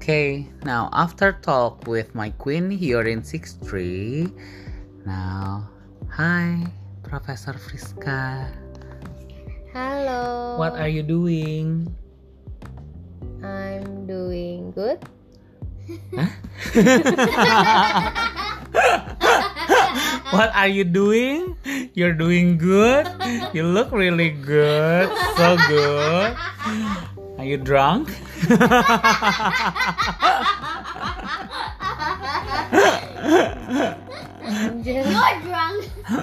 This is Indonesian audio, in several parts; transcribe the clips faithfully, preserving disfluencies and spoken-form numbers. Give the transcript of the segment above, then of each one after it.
Okay, now after talk with my queen here in six three, now, hi, Professor Friska. Hello. What are you doing? I'm doing good. Huh? What are you doing? You're doing good. You look really good. So good. Are you drunk? I'm just Not drunk.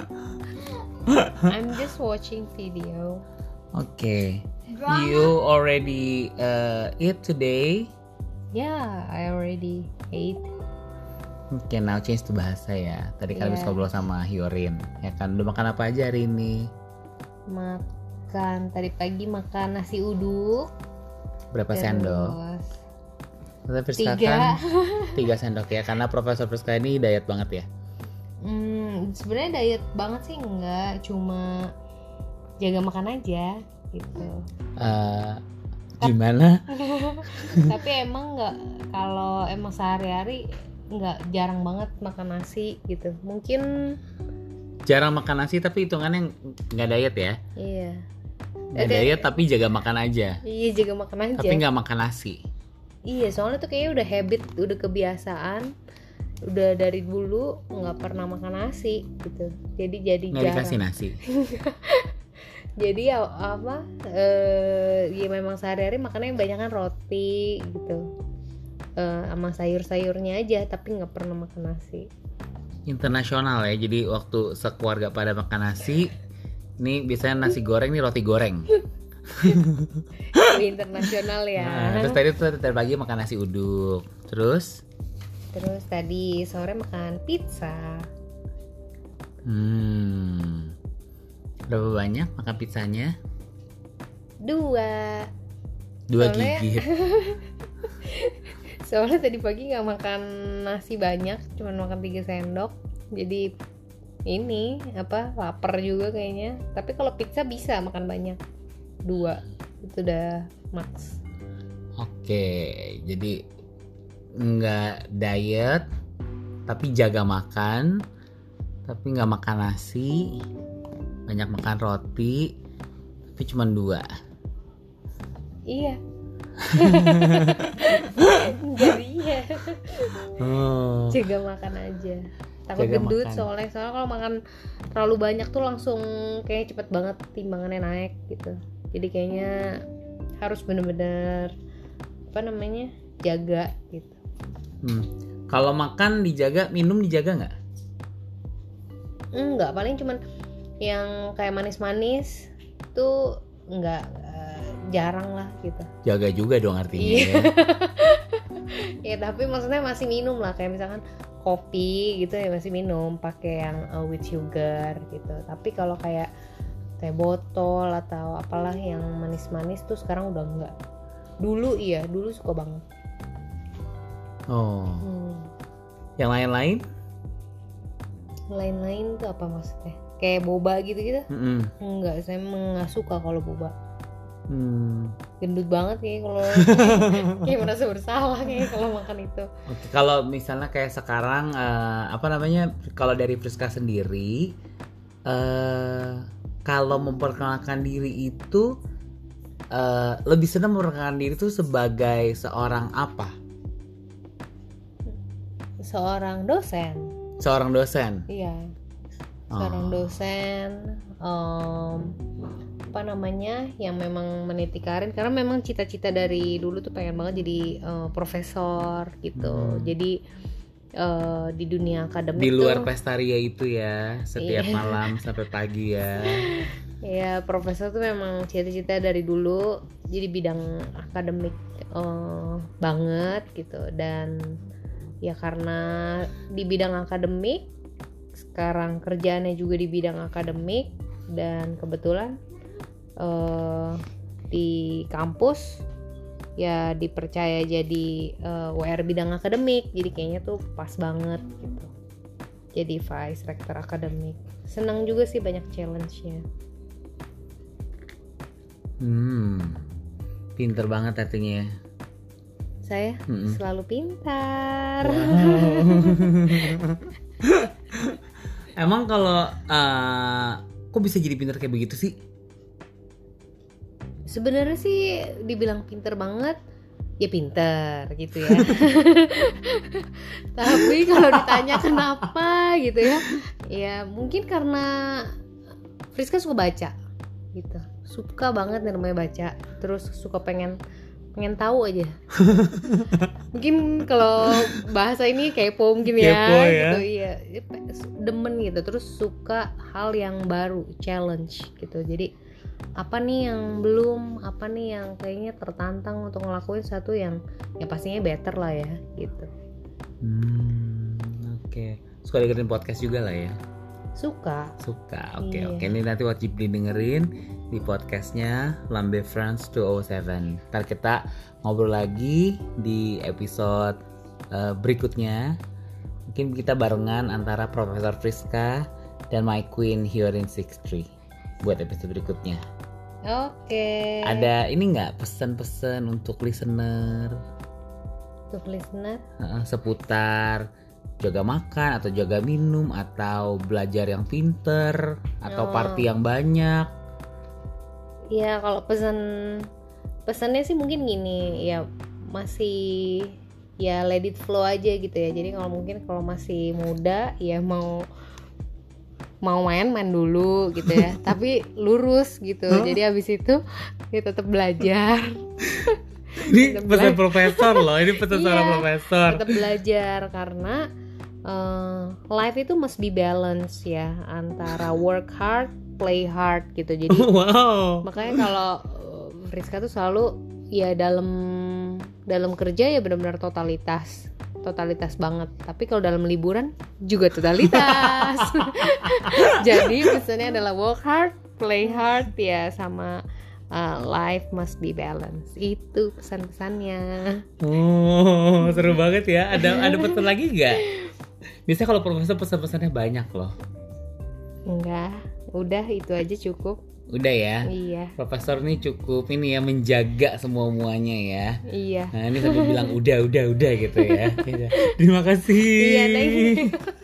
I'm just watching video. Okay. Drunk. You already uh, eat today? Yeah, I already ate. Oke, okay, now change to bahasa ya. Tadi kan habis Yeah. ngobrol sama Hyorin. Ya kan, udah makan apa aja hari ini? Makan tadi pagi makan nasi uduk. Berapa terus sendok? Tapi Friska Tiga. kan tiga sendok ya, karena Profesor Friska ini diet banget ya. Hmm, sebenarnya diet banget sih enggak, cuma jaga makan aja gitu. Uh, gimana? Tapi emang nggak, kalau emang sehari-hari nggak, jarang banget makan nasi gitu. Mungkin Jarang makan nasi tapi hitungannya nggak diet ya? iya. Nggak Ada- diet tapi jaga makan aja. Iya, jaga makan aja. Tapi nggak makan nasi. Iya, soalnya tuh kayaknya udah habit, udah kebiasaan, udah dari dulu nggak pernah makan nasi gitu. Jadi jadi Nggak jarang. dikasih nasi. Jadi ya apa? Eh, ya memang sehari-hari makannya banyak kan roti gitu. Eh, sama sayur-sayurnya aja, tapi nggak pernah makan nasi. Internasional ya, jadi waktu sekeluarga pada makan nasi, ini biasanya nasi goreng nih roti goreng. Lebih internasional ya. Nah, terus tadi tuh tadi pagi makan nasi uduk, terus Terus tadi sore makan pizza. hmm, berapa banyak makan pizzanya? Dua. Dua Soalnya- gigit. Soalnya tadi pagi nggak makan nasi banyak, cuma makan tiga sendok. Jadi ini apa, lapar juga kayaknya. Tapi kalau pizza bisa makan banyak, dua itu udah max. Oke, jadi nggak diet, tapi jaga makan, tapi nggak makan nasi, banyak makan roti, tapi cuma dua. Iya. Jadi ya Oh, jaga makan aja. Takut Jaga gendut makan. soalnya soalnya kalau makan terlalu banyak tuh langsung kayak cepet banget timbangannya naik gitu. Jadi kayaknya harus bener-bener apa namanya, jaga gitu. hmm. Kalau makan dijaga, minum dijaga nggak? Enggak, paling cuman yang kayak manis-manis tuh enggak, eh, jarang lah gitu. Jaga juga dong artinya. Iya. Ya. Ya tapi maksudnya masih minum lah, kayak misalkan kopi gitu ya masih minum pakai yang uh, with sugar gitu. Tapi kalau kayak teh botol atau apalah yang manis-manis tuh sekarang udah enggak. Dulu iya, dulu suka banget. Oh, Hmm. yang lain-lain? Lain-lain tuh apa maksudnya? Kayak boba gitu-gitu? Mm-mm. Enggak, saya emang nggak suka kalau boba. Hmm. Gendut banget kayak kalau kayak merasa bersalah kayak kalau makan itu. Oke, kalau misalnya kayak sekarang eh, apa namanya, kalau dari Friska sendiri, eh, kalau memperkenalkan diri itu eh, lebih senang memperkenalkan diri itu sebagai seorang apa? Seorang dosen. Seorang dosen. Iya. Oh. Seorang dosen, em, apa namanya, yang memang meniti karir, karena memang cita-cita dari dulu tuh pengen banget jadi eh, profesor gitu. Hmm. Jadi eh, di dunia akademik Di luar tuh, pestaria itu ya, setiap Iya. malam sampai pagi ya. ya profesor tuh memang cita-cita dari dulu, jadi bidang akademik eh, banget gitu. Dan ya karena di bidang akademik, sekarang kerjaannya juga di bidang akademik, dan kebetulan eh, di kampus ya dipercaya jadi eh, W R bidang akademik, jadi kayaknya tuh pas banget gitu. Jadi vice rector akademik, senang juga sih, banyak challenge-nya. Hmm, pinter banget artinya. Saya Mm-mm. selalu pintar. Wow. Emang kalau uh, kok bisa jadi pintar kayak begitu sih? Sebenarnya sih dibilang pintar banget, ya pintar gitu ya. Tapi kalau ditanya kenapa gitu ya, ya mungkin karena Friska suka baca gitu, suka banget yang namanya baca, terus suka pengen pengen tahu aja. Mungkin kalau bahasa ini kepo mungkin ya, Kepo ya. gitu iya, demen gitu, terus suka hal yang baru, challenge gitu. Jadi apa nih yang belum, apa nih yang kayaknya tertantang untuk ngelakuin satu yang yang pastinya better lah ya gitu. Hmm, oke. Okay. Suka dengerin podcast juga lah ya? Suka. Suka, oke okay, Iya. oke. Okay. Ini nanti wajib didengerin di podcastnya Lambe France dua nol tujuh. Ntar kita ngobrol lagi di episode uh, berikutnya. Mungkin kita barengan antara Profesor Friska dan My Queen Hyorin Sixty buat episode berikutnya. Oke. Ada ini nggak pesan-pesan untuk listener Untuk listener, uh, seputar jaga makan atau jaga minum atau belajar yang pinter atau Oh. party yang banyak? ya kalau pesan pesannya sih mungkin gini, ya masih ya let it flow aja gitu ya. Jadi kalau mungkin kalau masih muda ya mau mau main main dulu gitu ya, tapi lurus gitu. Huh? Jadi habis itu ya tetap belajar. Ini Tetap pesan bela- profesor loh, ini pesan Iya, seorang profesor. tetap belajar karena eh, life itu must be balance ya, antara work hard, play hard gitu. Jadi Wow. makanya kalau uh, Friska tuh selalu ya dalam dalam kerja ya benar-benar totalitas totalitas banget, tapi kalau dalam liburan juga totalitas. Jadi pesannya adalah work hard, play hard ya, sama uh, life must be balance. Itu pesan-pesannya. Oh, seru banget ya. Ada ada pesan lagi nggak? Biasanya kalau profesor pesan-pesannya banyak loh. Enggak, udah itu aja cukup. Udah ya. Iya, Profesor nih cukup ini ya, menjaga semua-muanya ya. iya. Nah ini sampai bilang udah udah udah gitu ya. Terima kasih. Iya, thank you.